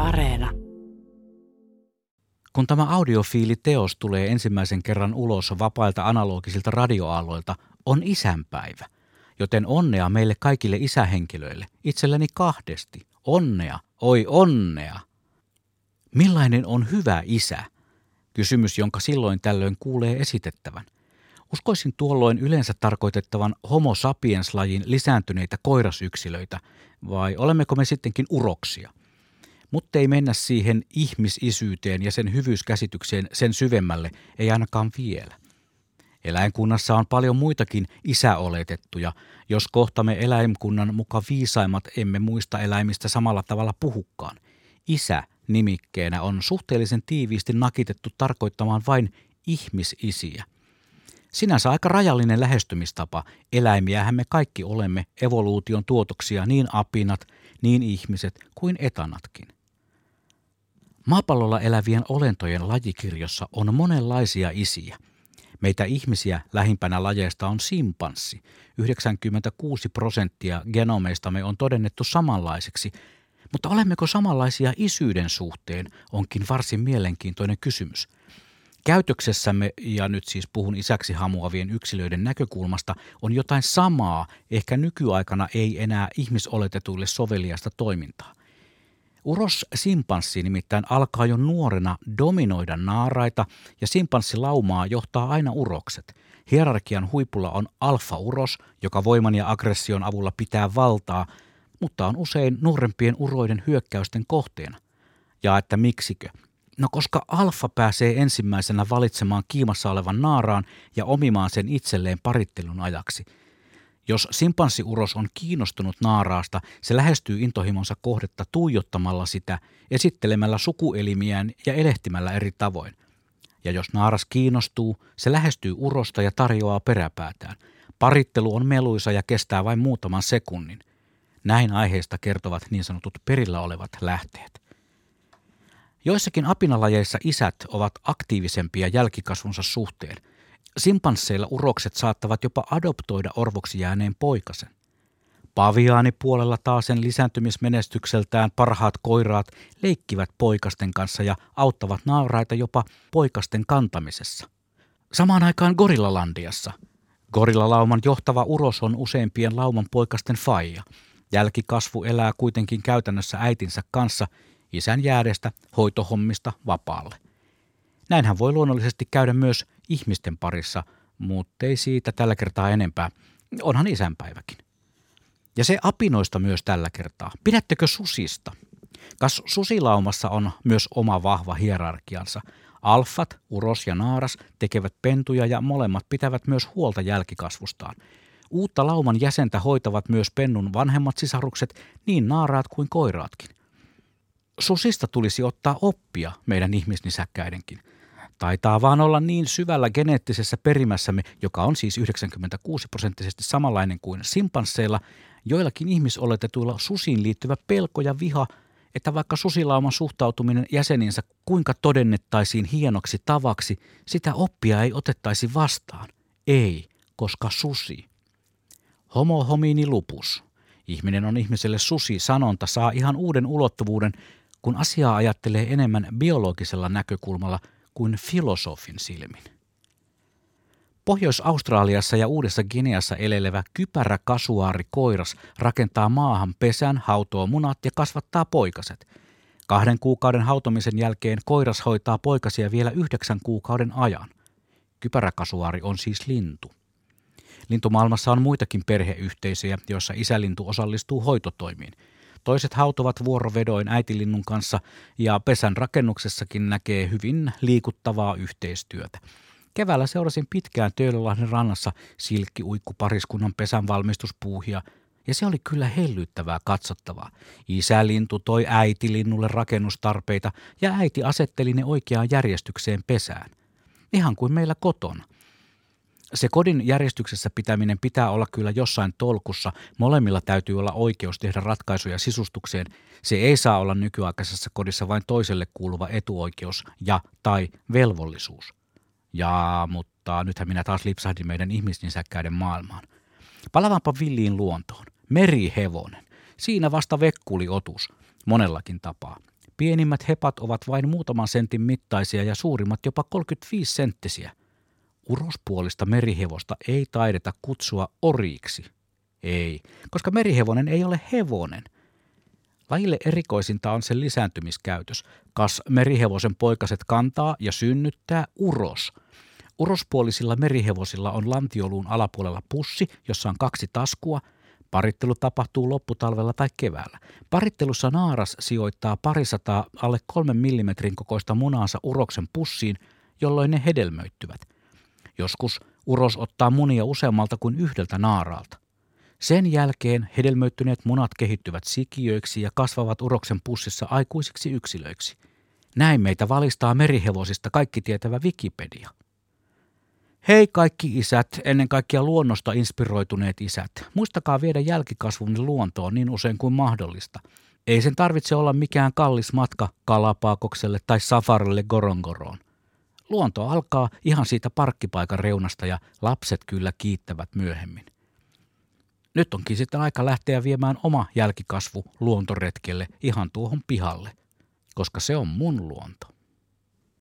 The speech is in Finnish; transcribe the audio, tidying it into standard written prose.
Areena. Kun tämä audiofiiliteos tulee ensimmäisen kerran ulos vapailta analogisilta radioaalloilta, on isänpäivä. Joten onnea meille kaikille isähenkilöille, itselleni kahdesti. Onnea, oi onnea! Millainen on hyvä isä? Kysymys, jonka silloin tällöin kuulee esitettävän. Uskoisin tuolloin yleensä tarkoitettavan homo sapiens-lajin lisääntyneitä koirasyksilöitä, vai olemmeko me sittenkin uroksia? Mutta ei mennä siihen ihmisisyyteen ja sen hyvyyskäsitykseen sen syvemmälle, ei ainakaan vielä. Eläinkunnassa on paljon muitakin isäoletettuja, jos kohta me eläinkunnan muka viisaimmat emme muista eläimistä samalla tavalla puhukkaan. Isä nimikkeenä on suhteellisen tiiviisti nakitettu tarkoittamaan vain ihmisisiä. Sinänsä aika rajallinen lähestymistapa, eläimiähän me kaikki olemme evoluution tuotoksia, niin apinat, niin ihmiset kuin etanatkin. Maapallolla elävien olentojen lajikirjossa on monenlaisia isiä. Meitä ihmisiä lähimpänä lajeista on simpanssi. 96% genomeistamme on todennettu samanlaiseksi, mutta olemmeko samanlaisia isyyden suhteen onkin varsin mielenkiintoinen kysymys. Käytöksessämme, ja nyt siis puhun isäksi hamuavien yksilöiden näkökulmasta, on jotain samaa, ehkä nykyaikana ei enää ihmisoletetuille soveliasta toimintaa. Uros-simpanssi nimittäin alkaa jo nuorena dominoida naaraita ja simpanssilaumaa johtaa aina urokset. Hierarkian huipulla on alfa-uros, joka voiman ja aggression avulla pitää valtaa, mutta on usein nuorempien uroiden hyökkäysten kohteena. Ja että miksikö? No koska alfa pääsee ensimmäisenä valitsemaan kiimassa olevan naaraan ja omimaan sen itselleen parittelun ajaksi. Jos simpanssiuros on kiinnostunut naaraasta, se lähestyy intohimonsa kohdetta tuijottamalla sitä, esittelemällä sukuelimiään ja elehtimällä eri tavoin. Ja jos naaras kiinnostuu, se lähestyy urosta ja tarjoaa peräpäätään. Parittelu on meluisa ja kestää vain muutaman sekunnin. Näin aiheesta kertovat niin sanotut perillä olevat lähteet. Joissakin apinalajeissa isät ovat aktiivisempia jälkikasvunsa suhteen. Simpansseilla urokset saattavat jopa adoptoida orvoksi jääneen poikasen. Paviaanipuolella taasen lisääntymismenestykseltään parhaat koiraat leikkivät poikasten kanssa ja auttavat naaraita jopa poikasten kantamisessa. Samaan aikaan gorillalandiassa. Gorillalauman johtava uros on useimpien lauman poikasten faija. Jälkikasvu elää kuitenkin käytännössä äitinsä kanssa isän jäädestä hoitohommista vapaalle. Näinhän voi luonnollisesti käydä myös ihmisten parissa, mutta ei siitä tällä kertaa enempää. Onhan isänpäiväkin. Ja se apinoista myös tällä kertaa. Pidättekö susista? Kas susilaumassa on myös oma vahva hierarkiansa. Alfat, uros ja naaras tekevät pentuja ja molemmat pitävät myös huolta jälkikasvustaan. Uutta lauman jäsentä hoitavat myös pennun vanhemmat sisarukset, niin naaraat kuin koiraatkin. Susista tulisi ottaa oppia meidän ihmisnisäkkäidenkin. Taitaa vaan olla niin syvällä geneettisessä perimässämme, joka on siis 96% samanlainen kuin simpansseilla, joillakin ihmisoletetuilla susiin liittyvä pelko ja viha, että vaikka susilauman suhtautuminen jäseninsä kuinka todennettaisiin hienoksi tavaksi, sitä oppia ei otettaisi vastaan. Ei, koska susi. Homo homini lupus. Ihminen on ihmiselle susi-sanonta saa ihan uuden ulottuvuuden, kun asiaa ajattelee enemmän biologisella näkökulmalla kuin filosofin silmin. Pohjois-Australiassa ja Uudessa Guineassa elelevä kypärä kasuaarikoiras rakentaa maahan pesän, hautoo munat ja kasvattaa poikaset. 2 kuukauden hautomisen jälkeen koiras hoitaa poikasia vielä 9 kuukauden ajan. Kypäräkasuaari on siis lintu. Lintumaailmassa on muitakin perheyhteisöjä, joissa isälintu osallistuu hoitotoimiin. Toiset hautovat vuorovedoin äitilinnun kanssa ja pesän rakennuksessakin näkee hyvin liikuttavaa yhteistyötä. Keväällä seurasin pitkään Töölölahden rannassa silkkiuikkupariskunnan pesän valmistuspuuhia ja se oli kyllä hellyttävää katsottavaa. Isälintu toi äitilinnulle rakennustarpeita ja äiti asetteli ne oikeaan järjestykseen pesään. Ihan kuin meillä kotona. Se kodin järjestyksessä pitäminen pitää olla kyllä jossain tolkussa. Molemmilla täytyy olla oikeus tehdä ratkaisuja sisustukseen. Se ei saa olla nykyaikaisessa kodissa vain toiselle kuuluva etuoikeus ja tai velvollisuus. Mutta nythän minä taas lipsahdin meidän ihmisnisäkkäiden maailmaan. Palavaanpa villiin luontoon. Merihevonen. Siinä vasta vekkuli otus. Monellakin tapaa. Pienimmät hepat ovat vain muutaman sentin mittaisia ja suurimmat jopa 35 senttisiä. Urospuolista merihevosta ei taideta kutsua oriiksi. Ei, koska merihevonen ei ole hevonen. Lajille erikoisinta on sen lisääntymiskäytös. Kas merihevosen poikaset kantaa ja synnyttää uros. Urospuolisilla merihevosilla on lantioluun alapuolella pussi, jossa on 2 taskua. Parittelu tapahtuu lopputalvella tai keväällä. Parittelussa naaras sijoittaa parisataa alle 3 millimetrin kokoista munaansa uroksen pussiin, jolloin ne hedelmöittyvät. Joskus uros ottaa munia useammalta kuin yhdeltä naaraalta. Sen jälkeen hedelmöittyneet munat kehittyvät sikiöiksi ja kasvavat uroksen pussissa aikuisiksi yksilöiksi. Näin meitä valistaa merihevosista kaikki tietävä Wikipedia. Hei kaikki isät, ennen kaikkea luonnosta inspiroituneet isät. Muistakaa viedä jälkikasvunne luontoon niin usein kuin mahdollista. Ei sen tarvitse olla mikään kallis matka Galapaagokselle tai safarille Gorongoroon. Luonto alkaa ihan siitä parkkipaikan reunasta ja lapset kyllä kiittävät myöhemmin. Nyt onkin sitten aika lähteä viemään oma jälkikasvu luontoretkelle ihan tuohon pihalle, koska se on mun luonto.